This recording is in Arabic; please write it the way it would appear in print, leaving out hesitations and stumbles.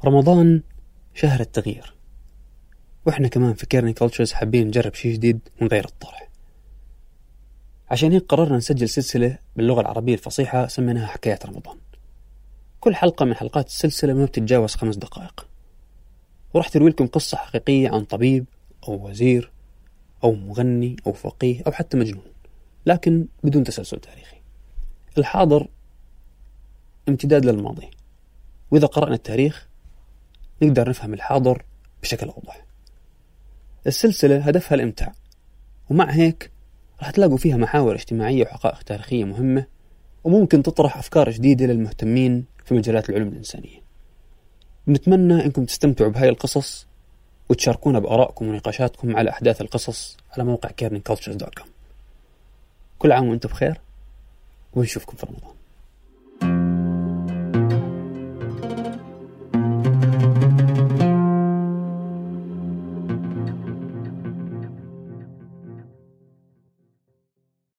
رمضان شهر التغيير، وإحنا كمان في كيرني كولتشرز حابين نجرب شيء جديد ونغير الطرح. عشان هيك قررنا نسجل سلسلة باللغة العربية الفصيحة سميناها حكايات رمضان. كل حلقة من حلقات السلسلة ما بتتجاوز 5 دقائق، ورح تروي لكم قصة حقيقية عن طبيب أو وزير أو مغني أو فقيه أو حتى مجنون، لكن بدون تسلسل تاريخي. الحاضر امتداد للماضي، وإذا قرأنا التاريخ نقدر نفهم الحاضر بشكل أوضح. السلسلة هدفها الإمتاع، ومع هيك رح تلاقوا فيها محاور اجتماعية وحقائق تاريخية مهمة، وممكن تطرح أفكار جديدة للمهتمين في مجالات العلوم الإنسانية. بنتمنى أنكم تستمتعوا بهاي القصص وتشاركونا بآرائكم ونقاشاتكم على أحداث القصص على موقع caringcultures.com. كل عام وأنتم بخير، ونشوفكم في رمضان.